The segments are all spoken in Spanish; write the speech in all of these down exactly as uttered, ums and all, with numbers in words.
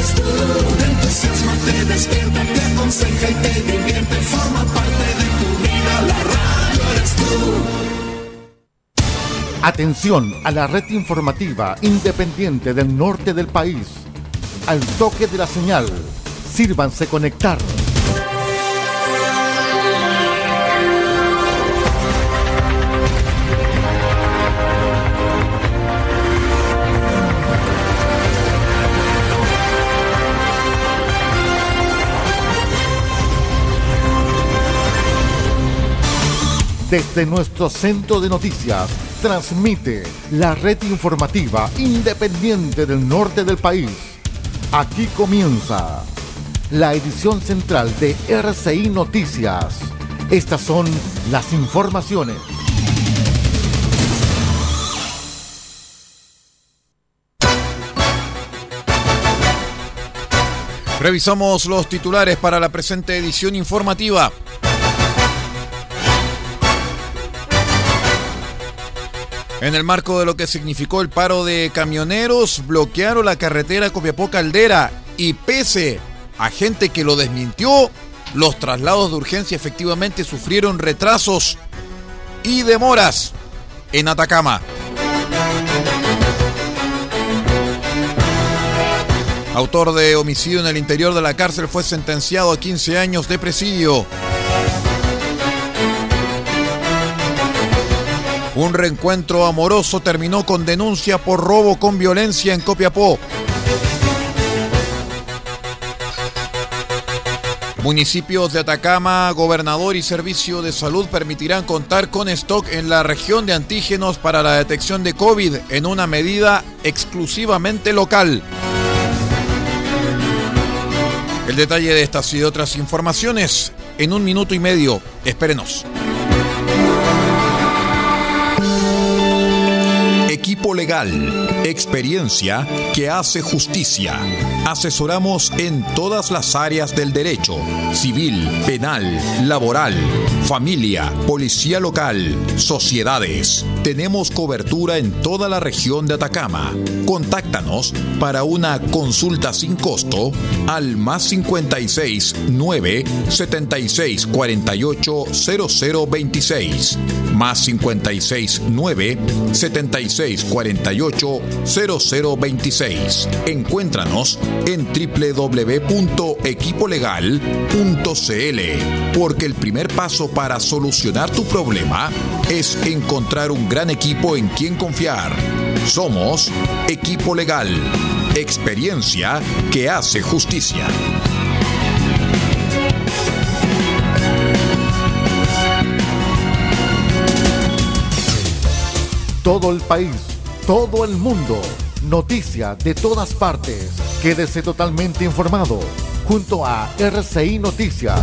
eres tú. Te entusiasma, te despierta, te aconseja y te divierte. Forma parte de tu vida, la radio eres tú. Atención a la red informativa independiente del norte del país. Al toque de la señal, sírvanse conectar. Desde nuestro centro de noticias, transmite la red informativa independiente del norte del país. Aquí comienza la edición central de R C I Noticias. Estas son las informaciones. Revisamos los titulares para la presente edición informativa. En el marco de lo que significó el paro de camioneros, bloquearon la carretera Copiapó-Caldera y pese a gente que lo desmintió, los traslados de urgencia efectivamente sufrieron retrasos y demoras en Atacama. Autor de homicidio en el interior de la cárcel fue sentenciado a quince años de presidio. Un reencuentro amoroso terminó con denuncia por robo con violencia en Copiapó. Municipios de Atacama, Gobernador y Servicio de Salud permitirán contar con stock en la región de antígenos para la detección de COVID en una medida exclusivamente local. El detalle de estas y de otras informaciones en un minuto y medio. Espérenos. Equipo Legal, experiencia que hace justicia. Asesoramos en todas las áreas del derecho: civil, penal, laboral, familia, policía local, sociedades. Tenemos cobertura en toda la región de Atacama. Contáctanos para una consulta sin costo al más cincuenta y seis, nueve, setenta y seis, cuarenta y ocho, cero cero veintiséis. Más cincuenta y seis, nueve, setenta y seis, cuarenta y ocho, cero cero veintiséis. Encuéntranos en doble u doble u doble u punto equipo legal punto c l, porque el primer paso para solucionar tu problema es encontrar un gran equipo en quien confiar. Somos Equipo Legal, experiencia que hace justicia. Todo el país, todo el mundo, noticias de todas partes. Quédese totalmente informado junto a R C I Noticias.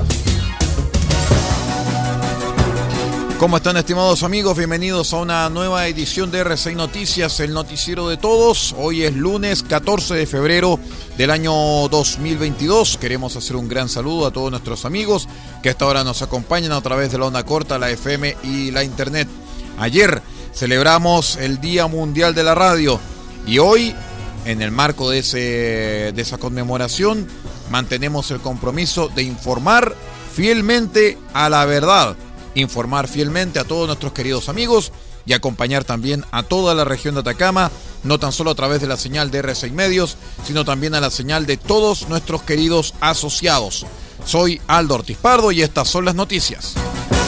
¿Cómo están, estimados amigos? Bienvenidos a una nueva edición de R C I Noticias, el noticiero de todos. Hoy es lunes catorce de febrero del año dos mil veintidós. Queremos hacer un gran saludo a todos nuestros amigos que hasta ahora nos acompañan a través de la onda corta, la F M y la internet. Ayer celebramos el Día Mundial de la Radio y hoy, en el marco de, ese, de esa conmemoración, mantenemos el compromiso de informar fielmente a la verdad, informar fielmente a todos nuestros queridos amigos y acompañar también a toda la región de Atacama, no tan solo a través de la señal de R C I Medios, sino también a la señal de todos nuestros queridos asociados. Soy Aldo Ortiz Pardo y estas son las noticias.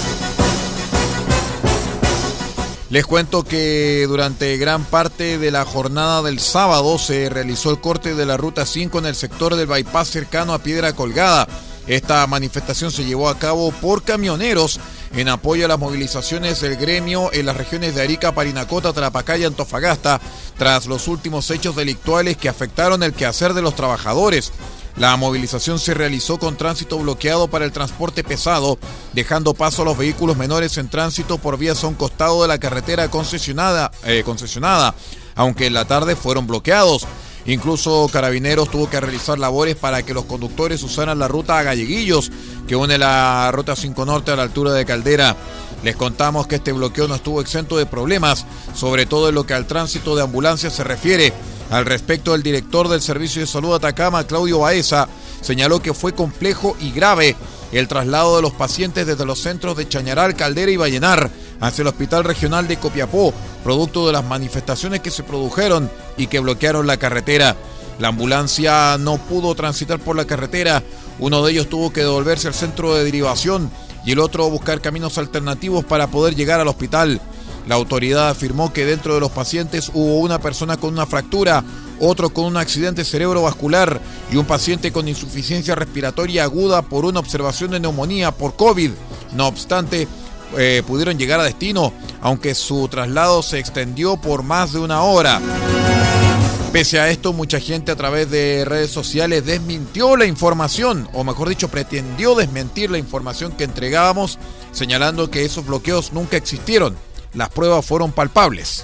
Les cuento que durante gran parte de la jornada del sábado se realizó el corte de la Ruta cinco en el sector del bypass cercano a Piedra Colgada. Esta manifestación se llevó a cabo por camioneros en apoyo a las movilizaciones del gremio en las regiones de Arica, Parinacota, Tarapacá y Antofagasta, tras los últimos hechos delictuales que afectaron el quehacer de los trabajadores. La movilización se realizó con tránsito bloqueado para el transporte pesado, dejando paso a los vehículos menores en tránsito por vías a un costado de la carretera concesionada, eh, concesionada, aunque en la tarde fueron bloqueados. Incluso Carabineros tuvo que realizar labores para que los conductores usaran la ruta a Galleguillos, que une la Ruta cinco Norte a la altura de Caldera. Les contamos que este bloqueo no estuvo exento de problemas, sobre todo en lo que al tránsito de ambulancias se refiere. Al respecto, el director del Servicio de Salud de Atacama, Claudio Baeza, señaló que fue complejo y grave el traslado de los pacientes desde los centros de Chañaral, Caldera y Vallenar hacia el Hospital Regional de Copiapó, producto de las manifestaciones que se produjeron y que bloquearon la carretera. La ambulancia no pudo transitar por la carretera, uno de ellos tuvo que devolverse al centro de derivación y el otro buscar caminos alternativos para poder llegar al hospital. La autoridad afirmó que dentro de los pacientes hubo una persona con una fractura, otro con un accidente cerebrovascular y un paciente con insuficiencia respiratoria aguda por una observación de neumonía por COVID. No obstante, eh, pudieron llegar a destino, aunque su traslado se extendió por más de una hora. Pese a esto, mucha gente a través de redes sociales desmintió la información, o mejor dicho, pretendió desmentir la información que entregábamos, señalando que esos bloqueos nunca existieron. Las pruebas fueron palpables.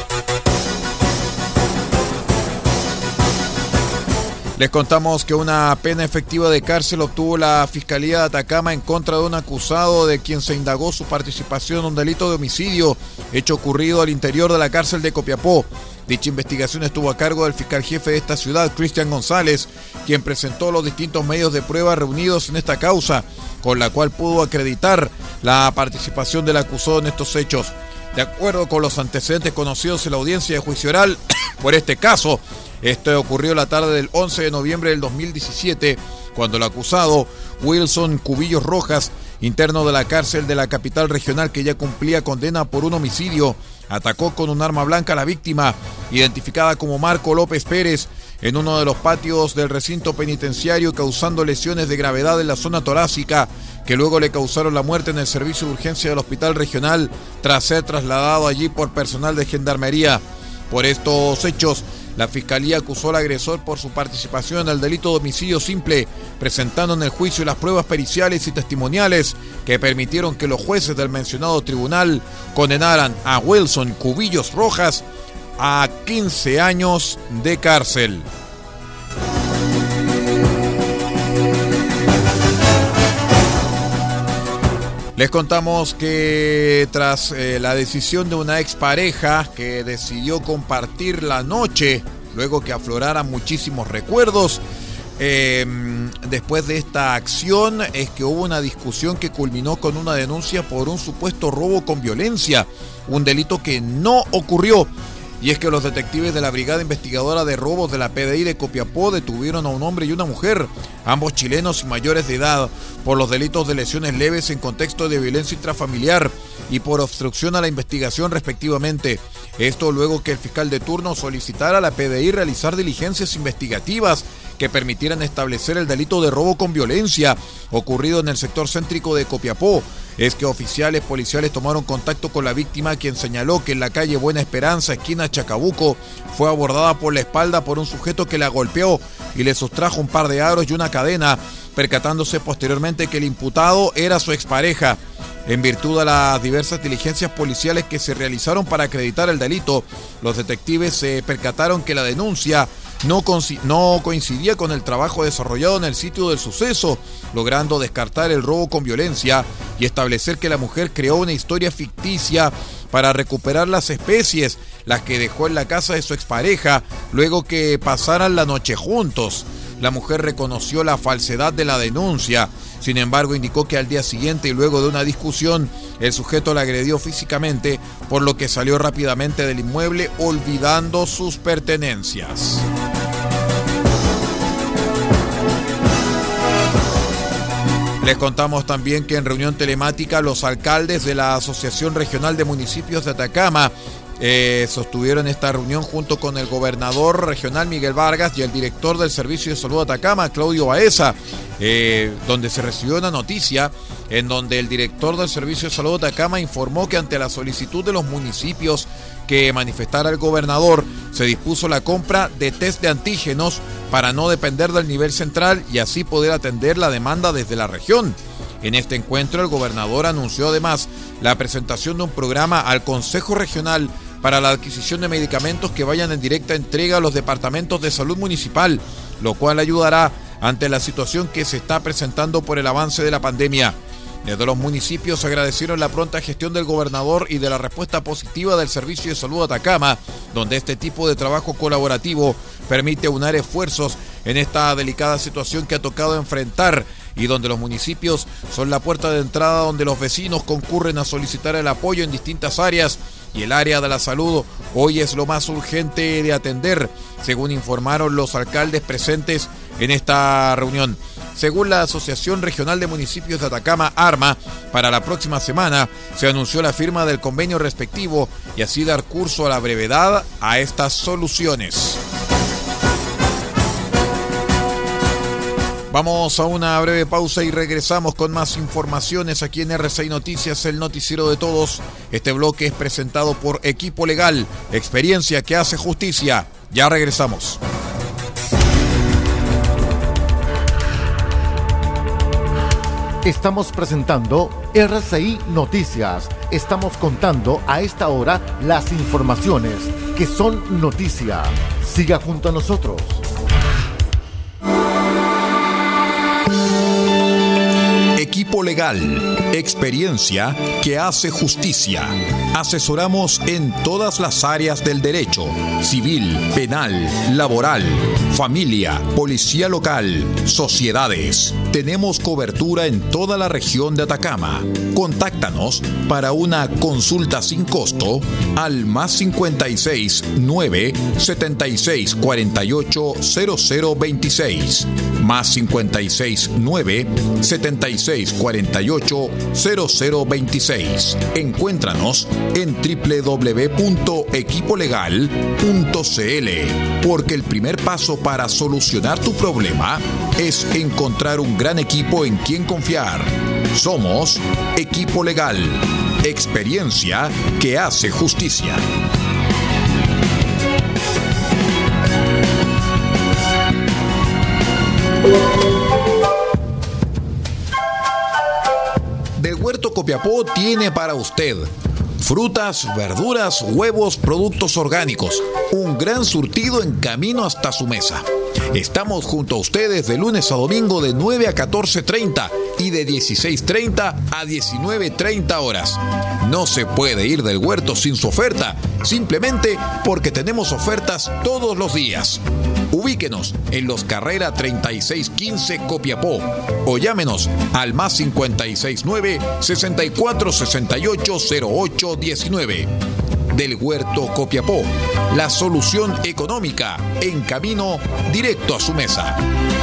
Les contamos que una pena efectiva de cárcel obtuvo la Fiscalía de Atacama en contra de un acusado de quien se indagó su participación en un delito de homicidio, hecho ocurrido al interior de la cárcel de Copiapó. Dicha investigación estuvo a cargo del fiscal jefe de esta ciudad, Cristian González, quien presentó los distintos medios de prueba reunidos en esta causa, con la cual pudo acreditar la participación del acusado en estos hechos. De acuerdo con los antecedentes conocidos en la audiencia de juicio oral por este caso, esto ocurrió la tarde del once de noviembre del dos mil diecisiete, cuando el acusado, Wilson Cubillos Rojas, interno de la cárcel de la capital regional que ya cumplía condena por un homicidio, atacó con un arma blanca a la víctima, identificada como Marco López Pérez, en uno de los patios del recinto penitenciario, causando lesiones de gravedad en la zona torácica, que luego le causaron la muerte en el servicio de urgencia del hospital regional, tras ser trasladado allí por personal de gendarmería. Por estos hechos, la Fiscalía acusó al agresor por su participación en el delito de homicidio simple, presentando en el juicio las pruebas periciales y testimoniales que permitieron que los jueces del mencionado tribunal condenaran a Wilson Cubillos Rojas a quince años de cárcel. Les contamos que tras eh, la decisión de una expareja que decidió compartir la noche, luego que afloraran muchísimos recuerdos, eh, después de esta acción es que hubo una discusión que culminó con una denuncia por un supuesto robo con violencia, un delito que no ocurrió. Y es que los detectives de la Brigada Investigadora de Robos de la P D I de Copiapó detuvieron a un hombre y una mujer, ambos chilenos y mayores de edad, por los delitos de lesiones leves en contexto de violencia intrafamiliar y por obstrucción a la investigación respectivamente. Esto luego que el fiscal de turno solicitara a la P D I realizar diligencias investigativas que permitieran establecer el delito de robo con violencia ocurrido en el sector céntrico de Copiapó. Es que oficiales policiales tomaron contacto con la víctima, quien señaló que en la calle Buena Esperanza, esquina Chacabuco, fue abordada por la espalda por un sujeto que la golpeó y le sustrajo un par de aros y una cadena, percatándose posteriormente que el imputado era su expareja. En virtud de las diversas diligencias policiales que se realizaron para acreditar el delito, los detectives se percataron que la denuncia no, no coincidía con el trabajo desarrollado en el sitio del suceso, logrando descartar el robo con violencia y establecer que la mujer creó una historia ficticia para recuperar las especies, las que dejó en la casa de su expareja, luego que pasaran la noche juntos. La mujer reconoció la falsedad de la denuncia. Sin embargo, indicó que al día siguiente y luego de una discusión, el sujeto la agredió físicamente, por lo que salió rápidamente del inmueble olvidando sus pertenencias. Les contamos también que en reunión telemática los alcaldes de la Asociación Regional de Municipios de Atacama Eh, sostuvieron esta reunión junto con el gobernador regional Miguel Vargas y el director del Servicio de Salud de Atacama, Claudio Baeza, eh, donde se recibió una noticia en donde el director del Servicio de Salud de Atacama informó que ante la solicitud de los municipios que manifestara el gobernador, se dispuso la compra de test de antígenos para no depender del nivel central y así poder atender la demanda desde la región. En este encuentro, el gobernador anunció además la presentación de un programa al Consejo Regional para la adquisición de medicamentos que vayan en directa entrega a los departamentos de salud municipal, lo cual ayudará ante la situación que se está presentando por el avance de la pandemia. Desde los municipios agradecieron la pronta gestión del gobernador y de la respuesta positiva del Servicio de Salud Atacama, donde este tipo de trabajo colaborativo permite unar esfuerzos en esta delicada situación que ha tocado enfrentar y donde los municipios son la puerta de entrada donde los vecinos concurren a solicitar el apoyo en distintas áreas y el área de la salud hoy es lo más urgente de atender, según informaron los alcaldes presentes en esta reunión. Según la Asociación Regional de Municipios de Atacama, ARMA, para la próxima semana se anunció la firma del convenio respectivo y así dar curso a la brevedad a estas soluciones. Vamos a una breve pausa y regresamos con más informaciones aquí en R C I Noticias, el noticiero de todos. Este bloque es presentado por Equipo Legal, experiencia que hace justicia. Ya regresamos. Estamos presentando R C I Noticias. Estamos contando a esta hora las informaciones que son noticia. Siga junto a nosotros. Equipo Legal, experiencia que hace justicia. Asesoramos en todas las áreas del derecho, civil, penal, laboral, familia, policía local, sociedades. Tenemos cobertura en toda la región de Atacama. Contáctanos para una consulta sin costo al más cincuenta y seis, nueve, setenta y seis, cuarenta y ocho, cero cero veintiséis. Más cincuenta y seis, nueve, setenta y seis, cuarenta y ocho, cero cero veintiséis. Encuéntranos en doble u doble u doble u punto equipo legal punto c l, porque el primer paso para solucionar tu problema es encontrar un gran equipo en quien confiar. Somos Equipo Legal, experiencia que hace justicia. Del Huerto Copiapó tiene para usted frutas, verduras, huevos, productos orgánicos. Un gran surtido en camino hasta su mesa. Estamos junto a ustedes de lunes a domingo de nueve a catorce treinta y de dieciséis treinta a diecinueve treinta horas. No se puede ir del huerto sin su oferta, simplemente porque tenemos ofertas todos los días. Ubíquenos en Los Carrera treinta y seis quince Copiapó o llámenos al más cincuenta y seis nueve, sesenta y cuatro sesenta y ocho, cero ocho diecinueve. Del Huerto Copiapó, la solución económica en camino directo a su mesa.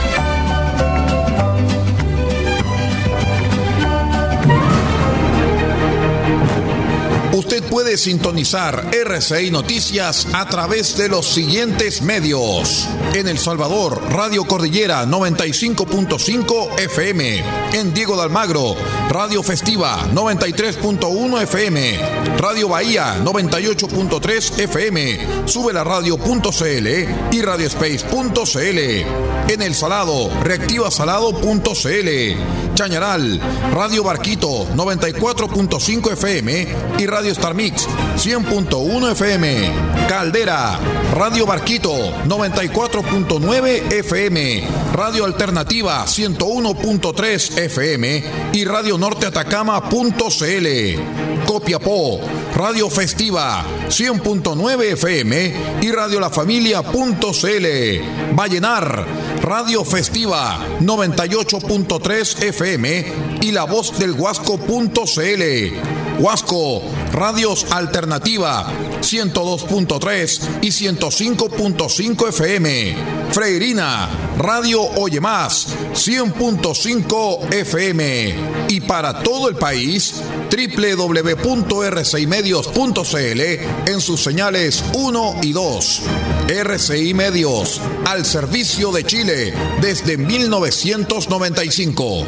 Usted puede sintonizar R C I Noticias a través de los siguientes medios. En El Salvador, Radio Cordillera noventa y cinco punto cinco F M. En Diego de Almagro, Radio Festiva noventa y tres punto uno F M. Radio Bahía noventa y ocho punto tres F M. Sube la radio punto c l y radiospace punto c l. En El Salado, reactiva salado punto c l. Chañaral, Radio Barquito noventa y cuatro punto cinco F M y Radio Star Mix cien punto uno F M. Caldera, Radio Barquito noventa y cuatro punto nueve F M. Radio Alternativa ciento uno punto tres F M y Radio Norte Atacama punto c l. Copiapó, Radio Festiva cien punto nueve F M y Radio La Familia punto c l. Vallenar, Radio Festiva noventa y ocho punto tres F M y La Voz del Huasco punto c l. Huasco, Radios Alternativa ciento dos punto tres y ciento cinco punto cinco F M. Freirina, Radio Oye Más cien punto cinco F M. Y para todo el país, doble u doble u doble u punto r c i medios punto c l en sus señales uno y dos. R C I Medios, al servicio de Chile desde mil novecientos noventa y cinco.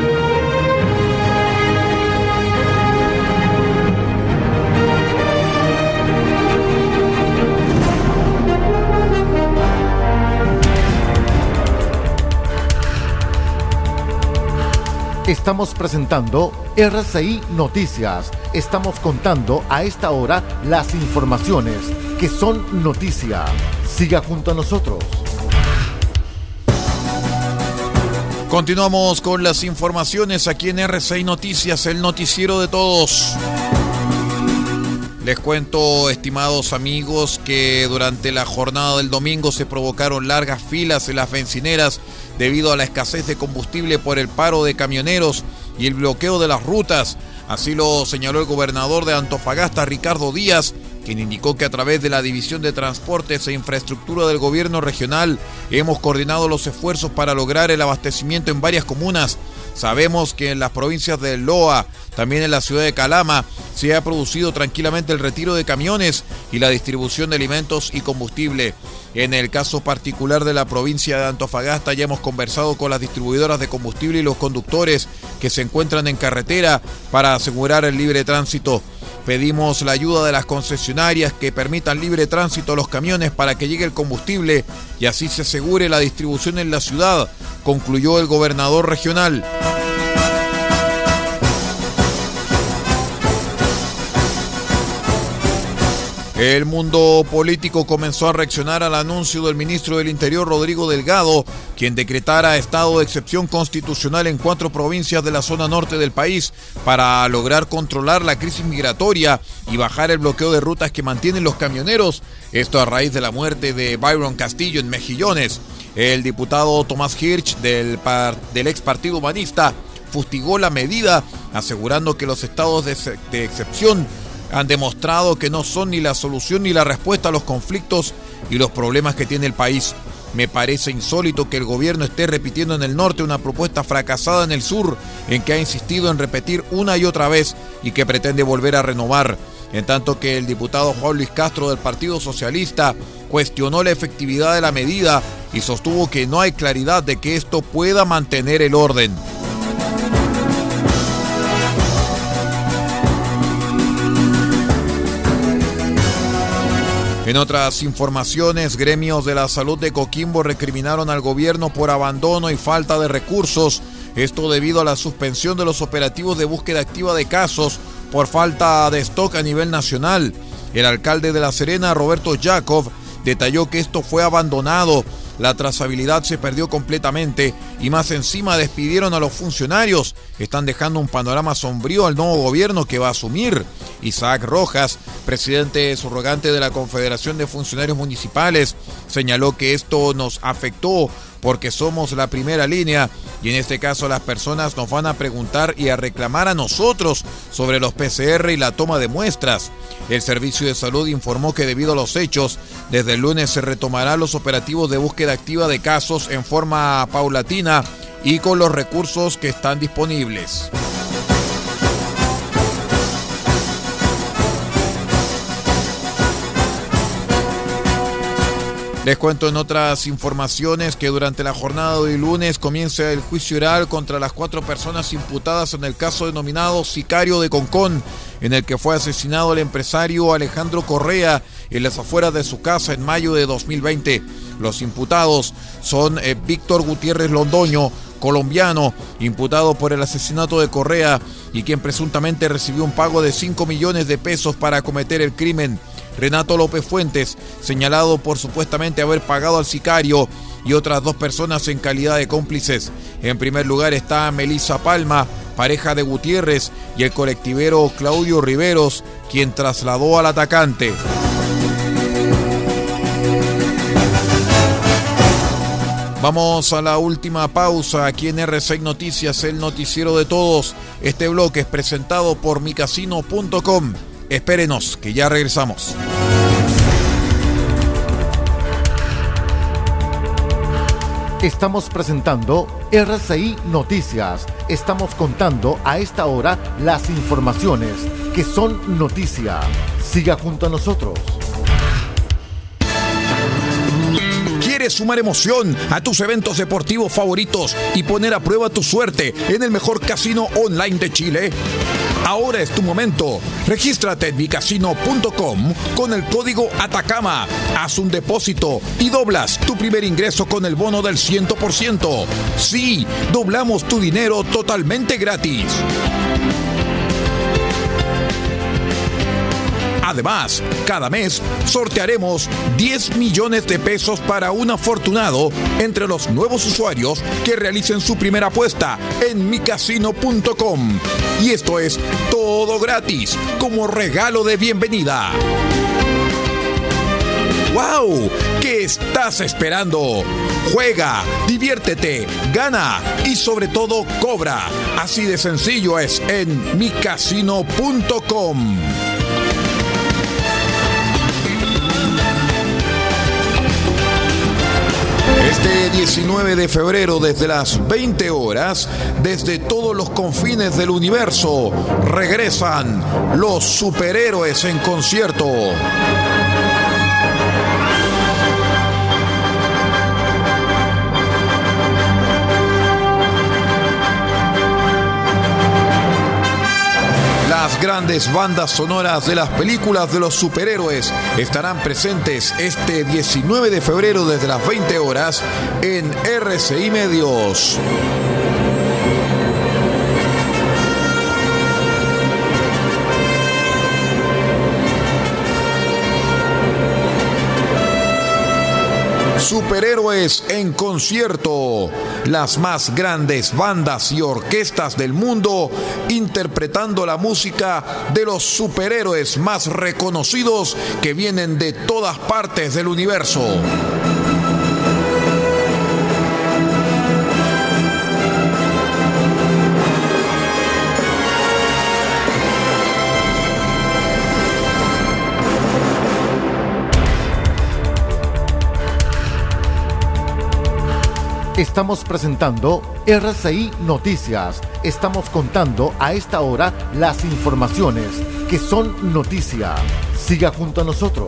Estamos presentando R C I Noticias. Estamos contando a esta hora las informaciones que son noticia. Siga junto a nosotros. Continuamos con las informaciones aquí en R C I Noticias, el noticiero de todos. Les cuento, estimados amigos, que durante la jornada del domingo se provocaron largas filas en las bencineras debido a la escasez de combustible por el paro de camioneros y el bloqueo de las rutas. Así lo señaló el gobernador de Antofagasta, Ricardo Díaz, quien indicó que a través de la División de Transportes e Infraestructura del Gobierno Regional hemos coordinado los esfuerzos para lograr el abastecimiento en varias comunas. Sabemos que en las provincias de Loa, también en la ciudad de Calama, se ha producido tranquilamente el retiro de camiones y la distribución de alimentos y combustible. En el caso particular de la provincia de Antofagasta, ya hemos conversado con las distribuidoras de combustible y los conductores que se encuentran en carretera para asegurar el libre tránsito. Pedimos la ayuda de las concesionarias que permitan libre tránsito a los camiones para que llegue el combustible y así se asegure la distribución en la ciudad, concluyó el gobernador regional. El mundo político comenzó a reaccionar al anuncio del ministro del Interior, Rodrigo Delgado, quien decretara estado de excepción constitucional en cuatro provincias de la zona norte del país para lograr controlar la crisis migratoria y bajar el bloqueo de rutas que mantienen los camioneros. Esto a raíz de la muerte de Byron Castillo en Mejillones. El diputado Tomás Hirsch del, par, del ex Partido Humanista fustigó la medida, asegurando que los estados de, de excepción han demostrado que no son ni la solución ni la respuesta a los conflictos y los problemas que tiene el país. Me parece insólito que el gobierno esté repitiendo en el norte una propuesta fracasada en el sur, en que ha insistido en repetir una y otra vez y que pretende volver a renovar. En tanto que el diputado Juan Luis Castro del Partido Socialista cuestionó la efectividad de la medida y sostuvo que no hay claridad de que esto pueda mantener el orden. En otras informaciones, gremios de la salud de Coquimbo recriminaron al gobierno por abandono y falta de recursos. Esto debido a la suspensión de los operativos de búsqueda activa de casos por falta de stock a nivel nacional. El alcalde de La Serena, Roberto Jacob, detalló que esto fue abandonado. La trazabilidad se perdió completamente y más encima despidieron a los funcionarios. Están dejando un panorama sombrío al nuevo gobierno que va a asumir. Isaac Rojas, presidente subrogante de la Confederación de Funcionarios Municipales, señaló que esto nos afectó porque somos la primera línea y en este caso las personas nos van a preguntar y a reclamar a nosotros sobre los P C R y la toma de muestras. El Servicio de Salud informó que debido a los hechos, desde el lunes se retomarán los operativos de búsqueda activa de casos en forma paulatina y con los recursos que están disponibles. Les cuento en otras informaciones que durante la jornada de hoy lunes comienza el juicio oral contra las cuatro personas imputadas en el caso denominado Sicario de Concón, en el que fue asesinado el empresario Alejandro Correa en las afueras de su casa en mayo de dos mil veinte. Los imputados son eh, Víctor Gutiérrez Londoño, colombiano, imputado por el asesinato de Correa y quien presuntamente recibió un pago de cinco millones de pesos para cometer el crimen. Renato López Fuentes, señalado por supuestamente haber pagado al sicario, y otras dos personas en calidad de cómplices. En primer lugar está Melissa Palma, pareja de Gutiérrez, y el colectivero Claudio Riveros, quien trasladó al atacante. Vamos a la última pausa aquí en R C I Noticias, el noticiero de todos. Este bloque es presentado por mi casino punto com. Espérenos, que ya regresamos. Estamos presentando R C I Noticias. Estamos contando a esta hora las informaciones que son noticia. Siga junto a nosotros. ¿Quieres sumar emoción a tus eventos deportivos favoritos y poner a prueba tu suerte en el mejor casino online de Chile? Ahora es tu momento. Regístrate en mi casino punto com con el código Atacama. Haz un depósito y doblas tu primer ingreso con el bono del cien por ciento. Sí, doblamos tu dinero totalmente gratis. Además, cada mes sortearemos diez millones de pesos para un afortunado entre los nuevos usuarios que realicen su primera apuesta en mi casino punto com. Y esto es todo gratis, como regalo de bienvenida. ¡Wow! ¿Qué estás esperando? Juega, diviértete, gana y sobre todo cobra. Así de sencillo es en mi casino punto com. Este diecinueve de febrero, desde las veinte horas, desde todos los confines del universo, regresan los superhéroes en concierto. Las grandes bandas sonoras de las películas de los superhéroes estarán presentes este diecinueve de febrero desde las veinte horas en R C I Medios. Superhéroes en concierto. Las más grandes bandas y orquestas del mundo interpretando la música de los superhéroes más reconocidos que vienen de todas partes del universo. Estamos presentando R C I Noticias. Estamos contando a esta hora las informaciones que son noticia. Siga junto a nosotros.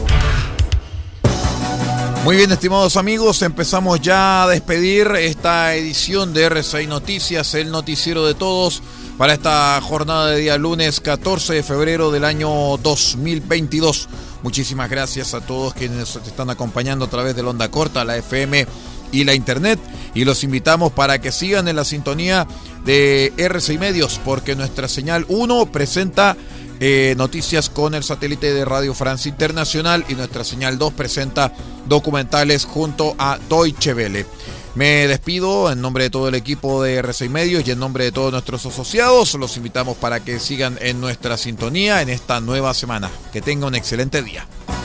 Muy bien, estimados amigos, empezamos ya a despedir esta edición de R C I Noticias, el noticiero de todos, para esta jornada de día lunes catorce de febrero del año dos mil veintidós. Muchísimas gracias a todos quienes nos están acompañando a través de la onda corta, la F M y la internet, y los invitamos para que sigan en la sintonía de R C I Medios, porque nuestra señal uno presenta eh, noticias con el satélite de Radio Francia Internacional y nuestra señal dos presenta documentales junto a Deutsche Welle. Me despido en nombre de todo el equipo de R C I Medios y en nombre de todos nuestros asociados. Los invitamos para que sigan en nuestra sintonía en esta nueva semana. Que tenga un excelente día.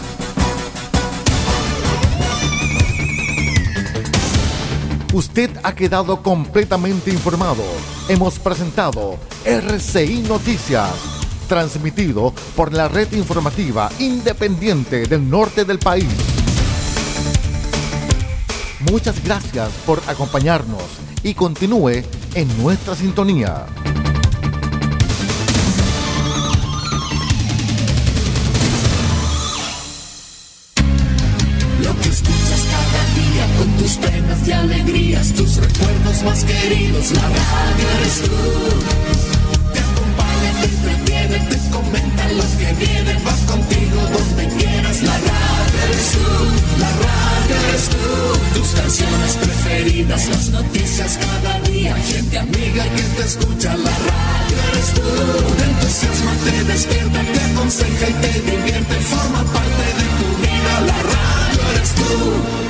Usted ha quedado completamente informado. Hemos presentado R C I Noticias, transmitido por la red informativa independiente del norte del país. Muchas gracias por acompañarnos y continúe en nuestra sintonía. Con tus penas y alegrías, tus recuerdos más queridos, la radio eres tú. Te acompaña, te entretiene, te comenta lo que viene, va contigo donde quieras. La radio eres tú, la radio eres tú. Tus canciones preferidas, las noticias cada día, gente amiga que te escucha. La radio eres tú. Te entusiasma, te despierta, te aconseja y te divierte, forma parte de tu vida. La radio eres tú.